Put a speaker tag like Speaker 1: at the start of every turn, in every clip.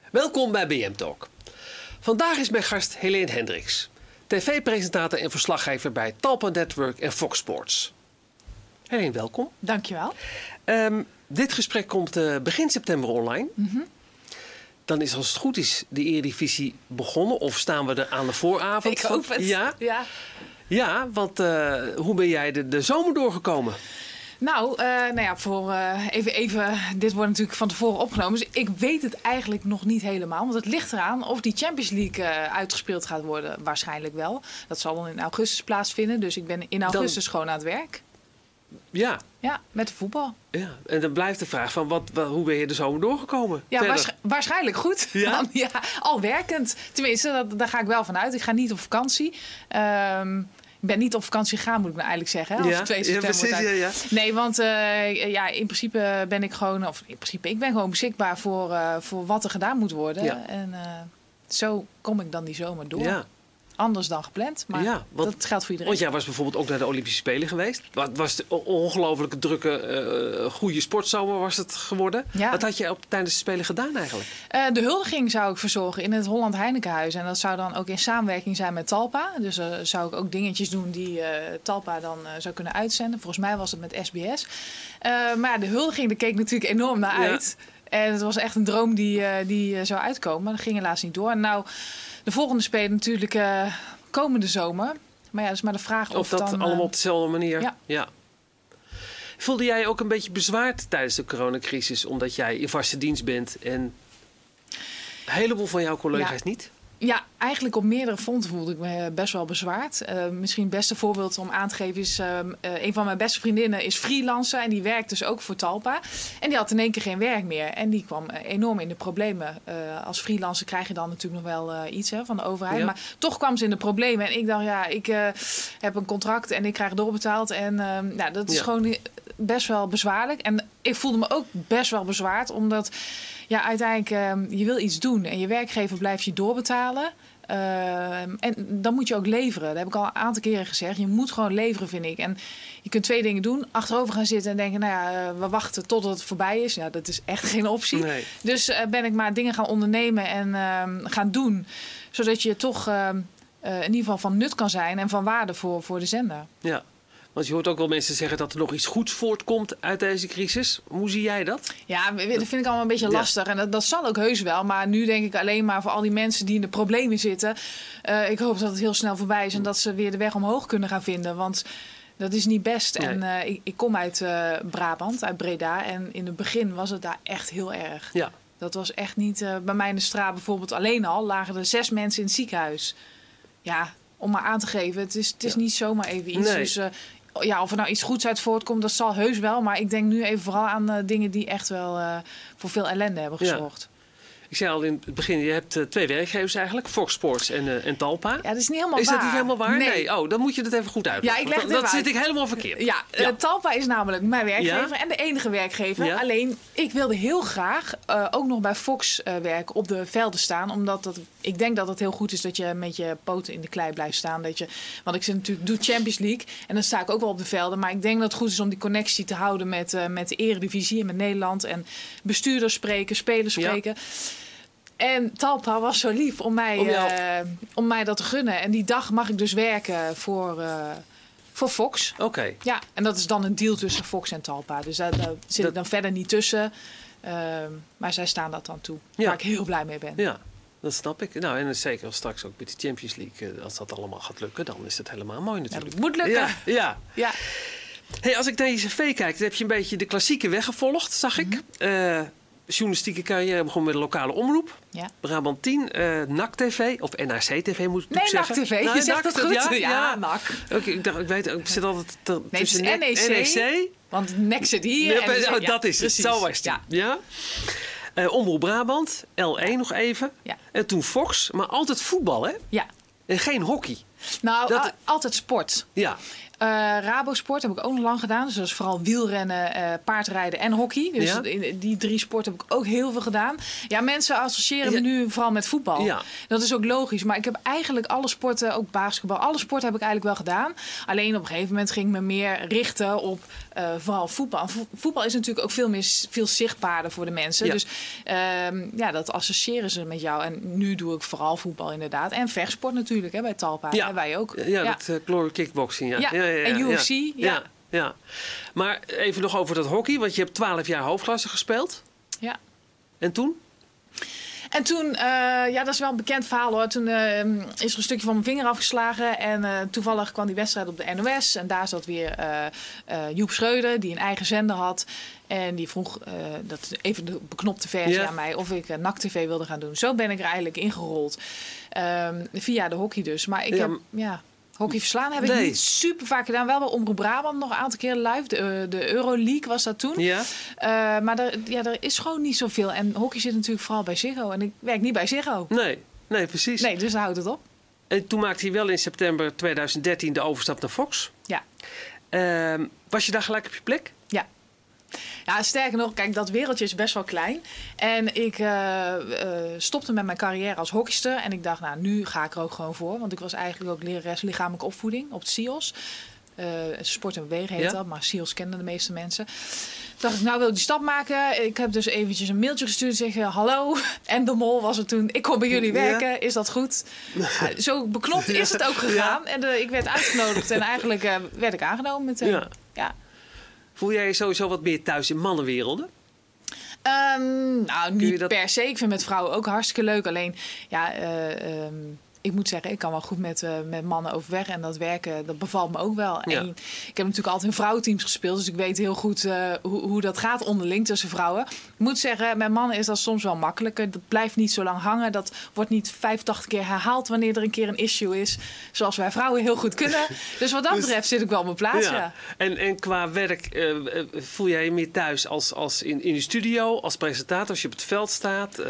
Speaker 1: Welkom bij BM Talk. Vandaag is mijn gast Helene Hendricks, tv-presentator en verslaggever bij Talpa Network en Fox Sports. Helene, welkom.
Speaker 2: Dankjewel.
Speaker 1: Dit gesprek komt begin september online.
Speaker 2: Mm-hmm.
Speaker 1: Dan is, als het goed is, de Eredivisie begonnen. Of staan we er aan de vooravond?
Speaker 2: Ik hoop het.
Speaker 1: Ja, want hoe ben jij de zomer doorgekomen?
Speaker 2: Even, dit wordt natuurlijk van tevoren opgenomen. Dus ik weet het eigenlijk nog niet helemaal. Want het ligt eraan of die Champions League uitgespeeld gaat worden. Waarschijnlijk wel. Dat zal dan in augustus plaatsvinden. Dus ik ben in augustus gewoon aan het werk.
Speaker 1: Ja.
Speaker 2: Ja, met de voetbal.
Speaker 1: Ja, en dan blijft de vraag van hoe ben je de zomer doorgekomen?
Speaker 2: Ja, waarschijnlijk goed.
Speaker 1: Ja?
Speaker 2: Al werkend. Tenminste, daar ga ik wel vanuit. Ik ga niet op vakantie. Ik ben niet op vakantie gegaan, moet ik nou eigenlijk zeggen. Hè, als 2 september wordt uit.
Speaker 1: Ja.
Speaker 2: Nee, want in principe ben ik gewoon... ik ben gewoon beschikbaar voor wat er gedaan moet worden.
Speaker 1: Ja.
Speaker 2: En zo kom ik dan die zomer door.
Speaker 1: Ja.
Speaker 2: Anders dan gepland, maar dat geldt voor iedereen.
Speaker 1: Want jij was bijvoorbeeld ook naar de Olympische Spelen geweest. Wat was de ongelooflijke drukke, goede sportzomer was het geworden.
Speaker 2: Ja.
Speaker 1: Wat had je tijdens de Spelen gedaan eigenlijk?
Speaker 2: De huldiging zou ik verzorgen in het Holland Heinekenhuis. En dat zou dan ook in samenwerking zijn met Talpa. Dus zou ik ook dingetjes doen die Talpa dan zou kunnen uitzenden. Volgens mij was het met SBS. Maar de huldiging, daar keek ik natuurlijk enorm naar uit. En het was echt een droom die zou uitkomen. Dat ging helaas niet door. En nou, de volgende Spelen natuurlijk komende zomer. Maar ja, dat is maar de vraag
Speaker 1: of dat
Speaker 2: dan,
Speaker 1: allemaal op dezelfde manier.
Speaker 2: Ja.
Speaker 1: Voelde jij ook een beetje bezwaard tijdens de coronacrisis, omdat jij in vaste dienst bent en een heleboel van jouw collega's niet?
Speaker 2: Ja, eigenlijk op meerdere fronten voelde ik me best wel bezwaard. Misschien het beste voorbeeld om aan te geven is... een van mijn beste vriendinnen is freelancer en die werkt dus ook voor Talpa. En die had in één keer geen werk meer. En die kwam enorm in de problemen. Als freelancer krijg je dan natuurlijk nog wel iets van de overheid. Ja. Maar toch kwam ze in de problemen. En ik dacht, ik heb een contract en ik krijg doorbetaald. En dat is gewoon best wel bezwaarlijk. En ik voelde me ook best wel bezwaard, omdat... Ja, uiteindelijk, je wil iets doen en je werkgever blijft je doorbetalen. En dan moet je ook leveren. Dat heb ik al een aantal keren gezegd. Je moet gewoon leveren, vind ik. En je kunt 2 dingen doen. Achterover gaan zitten en denken, we wachten totdat het voorbij is. Ja, dat is echt geen optie. Nee. Dus ben ik maar dingen gaan ondernemen en gaan doen. Zodat je toch in ieder geval van nut kan zijn en van waarde voor de zender.
Speaker 1: Ja. Want je hoort ook wel mensen zeggen dat er nog iets goeds voortkomt uit deze crisis. Hoe zie jij dat?
Speaker 2: Ja, dat vind ik allemaal een beetje lastig. En dat zal ook heus wel. Maar nu denk ik alleen maar voor al die mensen die in de problemen zitten. Ik hoop dat het heel snel voorbij is en dat ze weer de weg omhoog kunnen gaan vinden. Want dat is niet best. Nee. En ik kom uit Brabant, uit Breda. En in het begin was het daar echt heel erg. Ja. Dat was echt niet... bij mij in de straat bijvoorbeeld alleen al lagen er 6 mensen in het ziekenhuis. Ja, om maar aan te geven. Het is niet zomaar even iets. Nee. Dus... of er nou iets goeds uit voortkomt, dat zal heus wel. Maar ik denk nu even vooral aan dingen die echt wel voor veel ellende hebben gezorgd.
Speaker 1: Ja. Ik zei al in het begin, je hebt 2 werkgevers eigenlijk. Fox Sports en Talpa.
Speaker 2: Ja, dat is niet helemaal waar.
Speaker 1: Is dat niet helemaal waar? Nee. Oh, dan moet je dat even goed uitleggen.
Speaker 2: Ja, ik leg het
Speaker 1: dat zit ik helemaal verkeerd.
Speaker 2: Ja. Talpa is namelijk mijn werkgever en de enige werkgever. Ja. Alleen, ik wilde heel graag ook nog bij Fox werken, op de velden staan. Omdat ik denk dat het heel goed is dat je met je poten in de klei blijft staan. Want ik doe Champions League en dan sta ik ook wel op de velden. Maar ik denk dat het goed is om die connectie te houden met de Eredivisie en met Nederland. En bestuurders spreken, spelers spreken. Ja. En Talpa was zo lief om mij dat te gunnen. En die dag mag ik dus werken voor Fox.
Speaker 1: Oké.
Speaker 2: Ja, en dat is dan een deal tussen Fox en Talpa. Dus daar zit ik dan verder niet tussen. Maar zij staan dat dan toe. Waar ik heel blij mee ben.
Speaker 1: Ja, dat snap ik. Nou, en zeker als straks ook met de Champions League, als dat allemaal gaat lukken, dan is het helemaal mooi natuurlijk.
Speaker 2: Ja, dat moet lukken.
Speaker 1: Ja. Hey, als ik naar je cv kijk, dan heb je een beetje de klassieke weg gevolgd, zag ik. Journalistieke carrière begon met een lokale omroep. Ja. Brabant 10, NAC TV, of NAC TV moet ik zeggen.
Speaker 2: NAC TV, je zegt het goed.
Speaker 1: Ja,
Speaker 2: NAC.
Speaker 1: Okay, ik zit altijd tussen
Speaker 2: NEC. Want NEC zit hier.
Speaker 1: Ja, dat is het, zo was het. Ja. Omroep Brabant, L1 nog even. Ja. En toen Fox, maar altijd voetbal, hè?
Speaker 2: Ja.
Speaker 1: En geen hockey.
Speaker 2: Nou, altijd sport.
Speaker 1: Ja.
Speaker 2: Rabosport heb ik ook nog lang gedaan. Dus dat is vooral wielrennen, paardrijden en hockey. Dus die 3 sporten heb ik ook heel veel gedaan. Ja, mensen associëren me nu vooral met voetbal. Ja. Dat is ook logisch. Maar ik heb eigenlijk alle sporten, ook basketbal, alle sporten heb ik eigenlijk wel gedaan. Alleen op een gegeven moment ging ik me meer richten op vooral voetbal. Voetbal is natuurlijk ook veel zichtbaarder voor de mensen. Ja. Dus dat associëren ze met jou. En nu doe ik vooral voetbal inderdaad. En vechtsport natuurlijk, hè, bij Talpa.
Speaker 1: Ja.
Speaker 2: En wij ook.
Speaker 1: Ja, dat Glory Kickboxing. Ja.
Speaker 2: En UFC,
Speaker 1: ja. Maar even nog over dat hockey, want je hebt 12 jaar hoofdklasse gespeeld.
Speaker 2: Ja.
Speaker 1: En toen?
Speaker 2: En toen, dat is wel een bekend verhaal hoor. Toen is er een stukje van mijn vinger afgeslagen. En toevallig kwam die wedstrijd op de NOS. En daar zat weer Joep Schreuder, die een eigen zender had. En die vroeg, dat even de beknopte versie aan mij, of ik NAC-TV wilde gaan doen. Zo ben ik er eigenlijk ingerold. Via de hockey dus. Maar ik heb, hockey verslaan heb ik niet super vaak gedaan. Wel bij Omroep Brabant nog een aantal keer live. De Euroleague was dat toen. Ja. Maar er is gewoon niet zoveel. En hockey zit natuurlijk vooral bij Ziggo. En ik werk niet bij Ziggo.
Speaker 1: Nee, precies.
Speaker 2: Nee, dus dan houdt het op.
Speaker 1: En toen maakte hij wel in september 2013 de overstap naar Fox.
Speaker 2: Ja.
Speaker 1: Was je daar gelijk op je plek?
Speaker 2: Ja. Ja, sterker nog, kijk, dat wereldje is best wel klein. En ik stopte met mijn carrière als hockeyster. En ik dacht, nou, nu ga ik er ook gewoon voor. Want ik was eigenlijk ook lerares lichamelijke opvoeding op het SIOS. Sport en bewegen heet dat, maar SIOS kennen de meeste mensen. Dacht ik, nou wil ik die stap maken. Ik heb dus eventjes een mailtje gestuurd en zeggen, hallo. En de Mol was het toen, ik kom bij jullie werken, is dat goed? Zo beknopt is het ook gegaan. Ja. En ik werd uitgenodigd en eigenlijk werd ik aangenomen meteen. Ja.
Speaker 1: Voel jij je sowieso wat meer thuis in mannenwerelden?
Speaker 2: Nou, niet per se. Ik vind met vrouwen ook hartstikke leuk. Alleen, ik moet zeggen, ik kan wel goed met mannen overweg. En dat werken, dat bevalt me ook wel. Ja. En ik heb natuurlijk altijd in vrouwenteams gespeeld. Dus ik weet heel goed hoe dat gaat onderling tussen vrouwen. Ik moet zeggen, met mannen is dat soms wel makkelijker. Dat blijft niet zo lang hangen. Dat wordt niet 85 keer herhaald wanneer er een keer een issue is. Zoals wij vrouwen heel goed kunnen. Dus wat dat betreft zit ik wel op mijn plaats, ja.
Speaker 1: En qua werk voel jij je meer thuis als in de studio, als presentator, als je op het veld staat?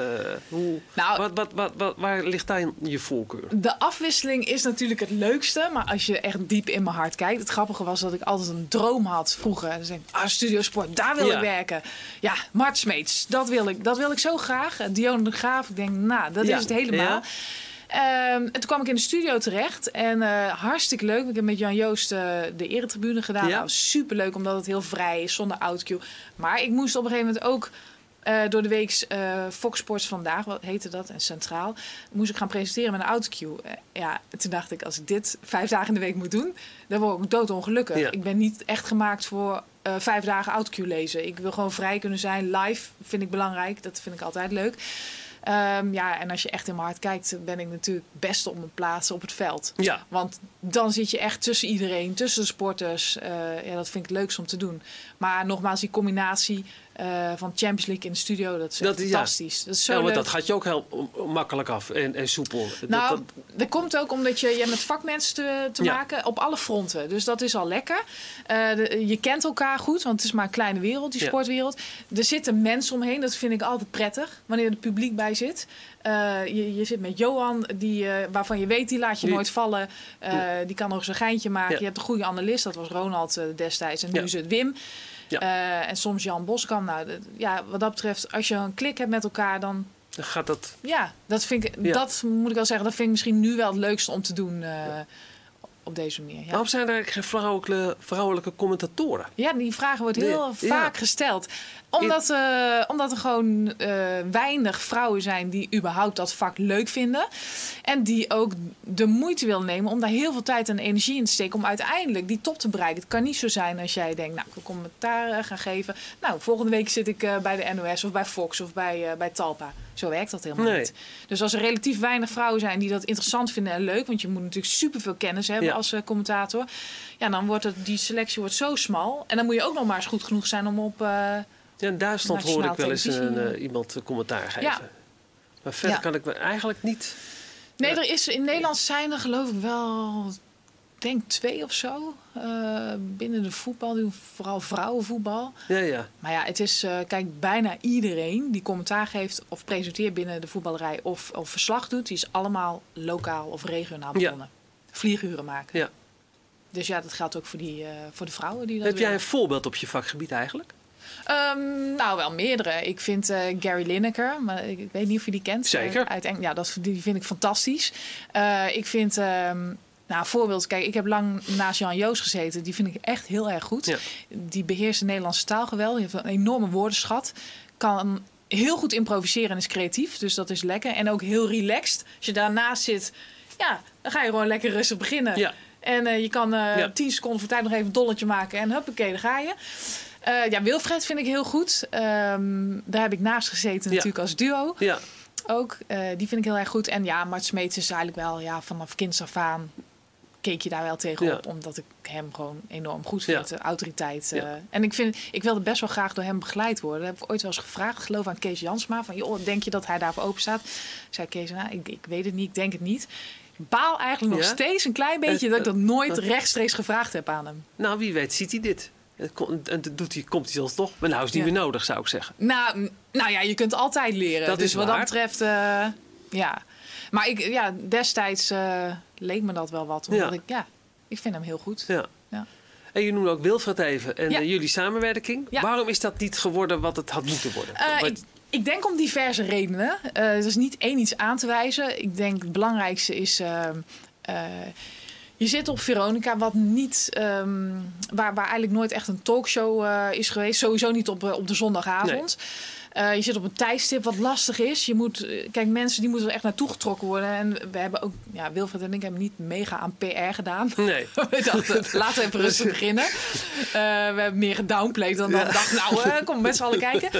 Speaker 1: Waar ligt daar je voorkeur?
Speaker 2: De afwisseling is natuurlijk het leukste. Maar als je echt diep in mijn hart kijkt. Het grappige was dat ik altijd een droom had vroeger. Dan denk ik, Studio Sport, daar wil ik werken. Ja, Mart Smeets, dat wil ik zo graag. Dionne de Graaf, ik denk, nou, dat is het helemaal. Ja. En toen kwam ik in de studio terecht. En hartstikke leuk. Ik heb met Jan Joost de eretribune gedaan. Nou, superleuk, omdat het heel vrij is, zonder outcue. Maar ik moest op een gegeven moment ook door de week Fox Sports Vandaag, wat heette dat, en Centraal, moest ik gaan presenteren met een autocue. Toen dacht ik, als ik dit 5 dagen in de week moet doen, dan word ik doodongelukkig. Ja. Ik ben niet echt gemaakt voor 5 dagen autocue lezen. Ik wil gewoon vrij kunnen zijn. Live vind ik belangrijk. Dat vind ik altijd leuk. En als je echt in mijn hart kijkt, ben ik natuurlijk het beste op mijn plaats op het veld. Ja. Want dan zit je echt tussen iedereen, tussen de sporters. Dat vind ik het leukst om te doen. Maar nogmaals, die combinatie van Champions League in de studio, dat is fantastisch. Dat is zo leuk.
Speaker 1: Dat gaat je ook heel makkelijk af en soepel.
Speaker 2: Dat komt ook omdat je met vakmensen te maken op alle fronten. Dus dat is al lekker. Je kent elkaar goed, want het is maar een kleine wereld, die sportwereld. Er zitten mensen omheen, dat vind ik altijd prettig, wanneer er publiek bij zit. Je zit met Johan, waarvan je weet, die laat je nooit vallen. Die kan nog eens een geintje maken. Ja. Je hebt een goede analist, dat was Ronald destijds. En nu is het Wim. Ja. En soms Jan Boskamp. Nou, wat dat betreft, als je een klik hebt met elkaar, dan
Speaker 1: gaat dat.
Speaker 2: Ja, dat vind ik. Dat moet ik wel zeggen. Dat vind ik misschien nu wel het leukste om te doen. Op deze manier. Ja.
Speaker 1: Waarom zijn er eigenlijk geen vrouwelijke commentatoren?
Speaker 2: Ja, die vraag wordt heel vaak gesteld. Omdat er gewoon weinig vrouwen zijn die überhaupt dat vak leuk vinden. En die ook de moeite willen nemen om daar heel veel tijd en energie in te steken. Om uiteindelijk die top te bereiken. Het kan niet zo zijn als jij denkt, nou, ik wil commentaar gaan geven. Nou, volgende week zit ik bij de NOS of bij Fox of bij Talpa. Zo werkt dat helemaal niet. Dus als er relatief weinig vrouwen zijn die dat interessant vinden en leuk. Want je moet natuurlijk superveel kennis hebben als commentator. Ja, dan wordt die selectie wordt zo smal. En dan moet je ook nog maar eens goed genoeg zijn om op...
Speaker 1: in Duitsland hoorde ik wel eens iemand commentaar geven. Ja. Maar verder kan ik me eigenlijk niet...
Speaker 2: Nee, er is in Nederland zijn er geloof ik wel... denk 2 of zo. Binnen de voetbal, die vooral vrouwenvoetbal. Ja. Maar het is, kijk, bijna iedereen die commentaar geeft of presenteert binnen de voetballerij of verslag doet, die is allemaal lokaal of regionaal begonnen. vlieguren maken.
Speaker 1: Ja.
Speaker 2: Dus ja, dat geldt ook voor de vrouwen die dat
Speaker 1: Heb jij
Speaker 2: willen.
Speaker 1: een voorbeeld op je vakgebied eigenlijk?
Speaker 2: Nou, wel meerdere. Ik vind Gary Lineker, maar ik weet niet of je die kent.
Speaker 1: Zeker.
Speaker 2: Die vind ik fantastisch. Ik vind... voorbeeld, kijk, ik heb lang naast Jan Joos gezeten. Die vind ik echt heel erg goed. Ja. Die beheerst de Nederlandse taal geweldig. Die heeft een enorme woordenschat. Kan heel goed improviseren en is creatief. Dus dat is lekker. En ook heel relaxed. Als je daarnaast zit, ja, dan ga je gewoon lekker rustig beginnen. Ja. En je kan 10 seconden voor tijd nog even een dolletje maken. En huppakee, daar ga je. Wilfred vind ik heel goed. Daar heb ik naast gezeten natuurlijk als duo. Ja. Ook, die vind ik heel erg goed. En ja, Mart Smeets is eigenlijk wel vanaf kinds af aan keek je daar wel tegenop. Ja. Omdat ik hem gewoon enorm goed vind. De autoriteit. En ik wilde best wel graag door hem begeleid worden. Dat heb ik ooit wel eens gevraagd. Geloof aan Kees Jansma. Van, joh, denk je dat hij daarvoor open staat? Zei Kees, ik weet het niet. Ik denk het niet. Ik baal eigenlijk nog steeds een klein beetje dat ik dat nooit rechtstreeks gevraagd heb aan hem.
Speaker 1: Nou, wie weet ziet hij dit. En komt hij zelfs toch? Maar nou is het niet meer nodig, zou ik zeggen.
Speaker 2: Nou ja, je kunt altijd leren.
Speaker 1: Dat
Speaker 2: dus
Speaker 1: is
Speaker 2: wat
Speaker 1: waar.
Speaker 2: dat betreft, ja. Maar destijds leek me dat wel wat. Omdat ik vind hem heel goed. Ja.
Speaker 1: En je noemde ook Wilfred even. En jullie samenwerking. Ja. Waarom is dat niet geworden wat het had moeten worden?
Speaker 2: Ik denk om diverse redenen. Er is niet één iets aan te wijzen. Ik denk het belangrijkste is... je zit op Veronica, wat niet, waar eigenlijk nooit echt een talkshow is geweest. Sowieso niet op de zondagavond. Nee. Je zit op een tijdstip wat lastig is. Kijk, mensen die moeten er echt naartoe getrokken worden. En we hebben ook, Wilfred en ik hebben niet mega aan PR gedaan. Nee. We dachten, laten we even rustig beginnen. We hebben meer gedownplayed dan dacht, kom met z'n allen kijken.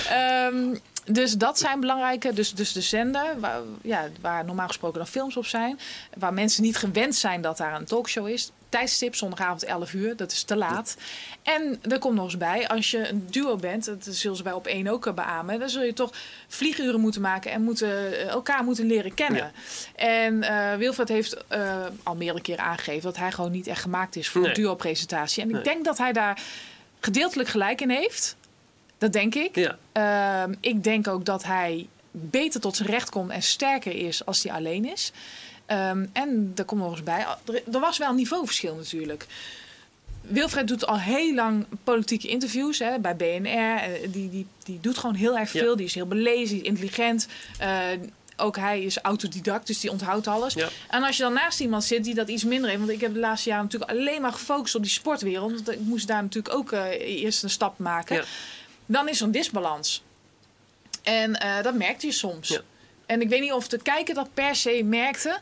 Speaker 2: Dus dat zijn belangrijke. Dus de zender, waar normaal gesproken dan films op zijn. Waar mensen niet gewend zijn dat daar een talkshow is. Tijdstip, zondagavond 11 uur. Dat is te laat. En er komt nog eens bij, als je een duo bent, dat zullen ze bij Op1 ook beamen, dan zul je toch vlieguren moeten maken en elkaar moeten leren kennen. Ja. En Wilfred heeft al meerdere keren aangegeven dat hij gewoon niet echt gemaakt is voor een duo-presentatie. En ik denk dat hij daar gedeeltelijk gelijk in heeft. Dat denk ik. Ja. Ik denk ook dat hij beter tot zijn recht komt en sterker is als hij alleen is. En er komt nog eens bij, er was wel een niveauverschil natuurlijk. Wilfred doet al heel lang politieke interviews bij BNR. Die doet gewoon heel erg veel. Ja. Die is heel belezen, die is intelligent. Ook hij is autodidact, dus die onthoudt alles. Ja. En als je dan naast iemand zit die dat iets minder heeft... want ik heb de laatste jaren natuurlijk alleen maar gefocust op die sportwereld. Want ik moest daar natuurlijk ook eerst een stap maken. Ja. Dan is er een disbalans. En dat merkte je soms. Ja. En ik weet niet of de kijker dat per se merkte.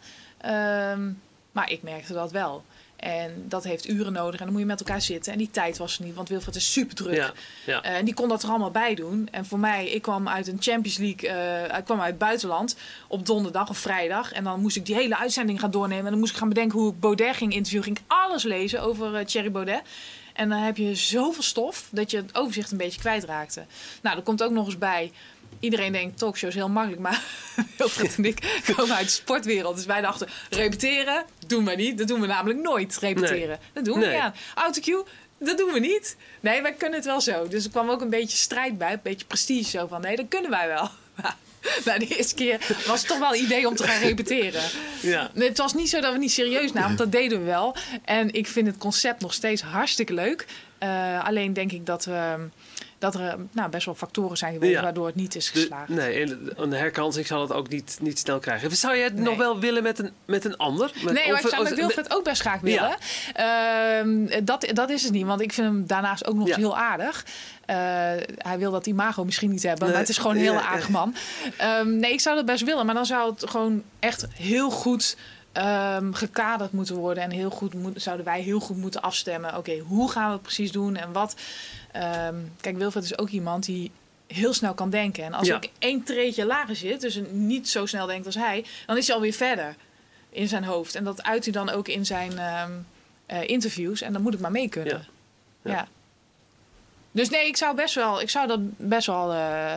Speaker 2: Maar ik merkte dat wel. En dat heeft uren nodig. En dan moet je met elkaar zitten. En die tijd was er niet, want Wilfred is super druk. Ja, ja. En die kon dat er allemaal bij doen. En voor mij, ik kwam uit een Champions League. Ik kwam uit het buitenland op donderdag of vrijdag. En dan moest ik die hele uitzending gaan doornemen. En dan moest ik gaan bedenken hoe ik Baudet ging interviewen. Ging ik alles lezen over Thierry Baudet. En dan heb je zoveel stof dat je het overzicht een beetje kwijtraakte. Nou, er komt ook nog eens bij... Iedereen denkt, talkshow is heel makkelijk, maar Wilfred en ik komen uit de sportwereld. Dus wij dachten, repeteren, doen we niet. Dat doen we namelijk nooit, repeteren. Nee. Dat doen we niet aan. Autocue, dat doen we niet. Nee, wij kunnen het wel zo. Dus er kwam ook een beetje strijd bij, een beetje prestige zo van, nee, dat kunnen wij wel. Nou, de eerste keer was het toch wel een idee om te gaan repeteren. Ja. Het was niet zo dat we het niet serieus namen, want dat deden we wel. En ik vind het concept nog steeds hartstikke leuk. Alleen denk ik dat er best wel factoren zijn geweest waardoor het niet is geslaagd.
Speaker 1: Een herkansing zal het ook niet snel krijgen. Zou je het nog wel willen met een ander?
Speaker 2: Maar ik zou met Wilfred ook best graag willen. Ja. Dat is het niet, want ik vind hem daarnaast ook nog heel aardig. Hij wil dat imago misschien niet hebben, maar het is gewoon een hele aardig man. Ik zou dat best willen, maar dan zou het gewoon echt heel goed... gekaderd moeten worden en zouden wij heel goed moeten afstemmen. Oké, hoe gaan we het precies doen en wat? Kijk, Wilfred is ook iemand die heel snel kan denken. En als ik 1 treetje lager zit, dus niet zo snel denkt als hij, dan is hij alweer verder in zijn hoofd. En dat uit hij dan ook in zijn interviews. En dan moet ik maar mee kunnen. Ja. Dus nee, ik zou dat best wel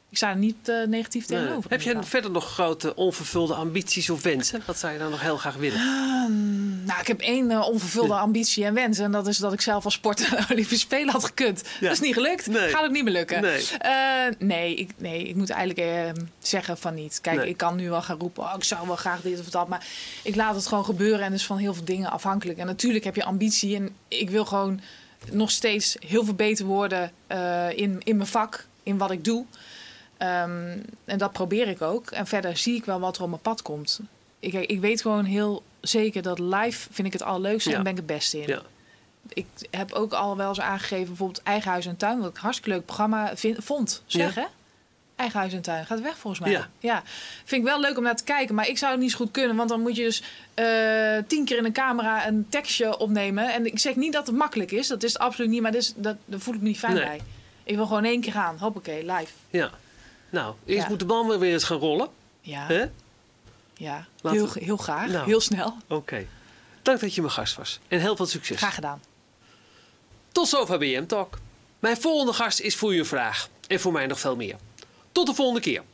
Speaker 2: Ik sta er niet negatief tegenover.
Speaker 1: Heb je verder nog grote onvervulde ambities of wensen? Wat zou je dan nog heel graag willen?
Speaker 2: Ik heb 1 onvervulde ambitie en wens. En dat is dat ik zelf als sporter de Olympische Spelen had gekund. Ja. Dat is niet gelukt. Gaat ook niet meer lukken. Ik moet eigenlijk zeggen van niet. Kijk, ik kan nu wel gaan roepen, ik zou wel graag dit of dat. Maar ik laat het gewoon gebeuren en is van heel veel dingen afhankelijk. En natuurlijk heb je ambitie. En ik wil gewoon nog steeds heel veel beter worden in mijn vak, in wat ik doe. En dat probeer ik ook. En verder zie ik wel wat er op mijn pad komt. Ik weet gewoon heel zeker dat live vind ik het allerleukste en ben ik het beste in. Ja. Ik heb ook al wel eens aangegeven, bijvoorbeeld Eigen Huis en Tuin, wat ik een hartstikke leuk programma vond. Hè? Eigen Huis en Tuin gaat weg volgens mij. Ja. Vind ik wel leuk om naar te kijken, maar ik zou het niet zo goed kunnen, want dan moet je dus 10 keer in een camera een tekstje opnemen. En ik zeg niet dat het makkelijk is, dat is het absoluut niet, maar daar voel ik me niet fijn bij. Ik wil gewoon 1 keer gaan, hoppakee, live.
Speaker 1: Ja. Nou, eerst moet de bal weer eens gaan rollen.
Speaker 2: Ja.
Speaker 1: Hè?
Speaker 2: Ja, heel graag. Heel snel.
Speaker 1: Oké. Dank dat je mijn gast was. En heel veel succes.
Speaker 2: Graag gedaan.
Speaker 1: Tot zover BM Talk. Mijn volgende gast is voor u een vraag. En voor mij nog veel meer. Tot de volgende keer.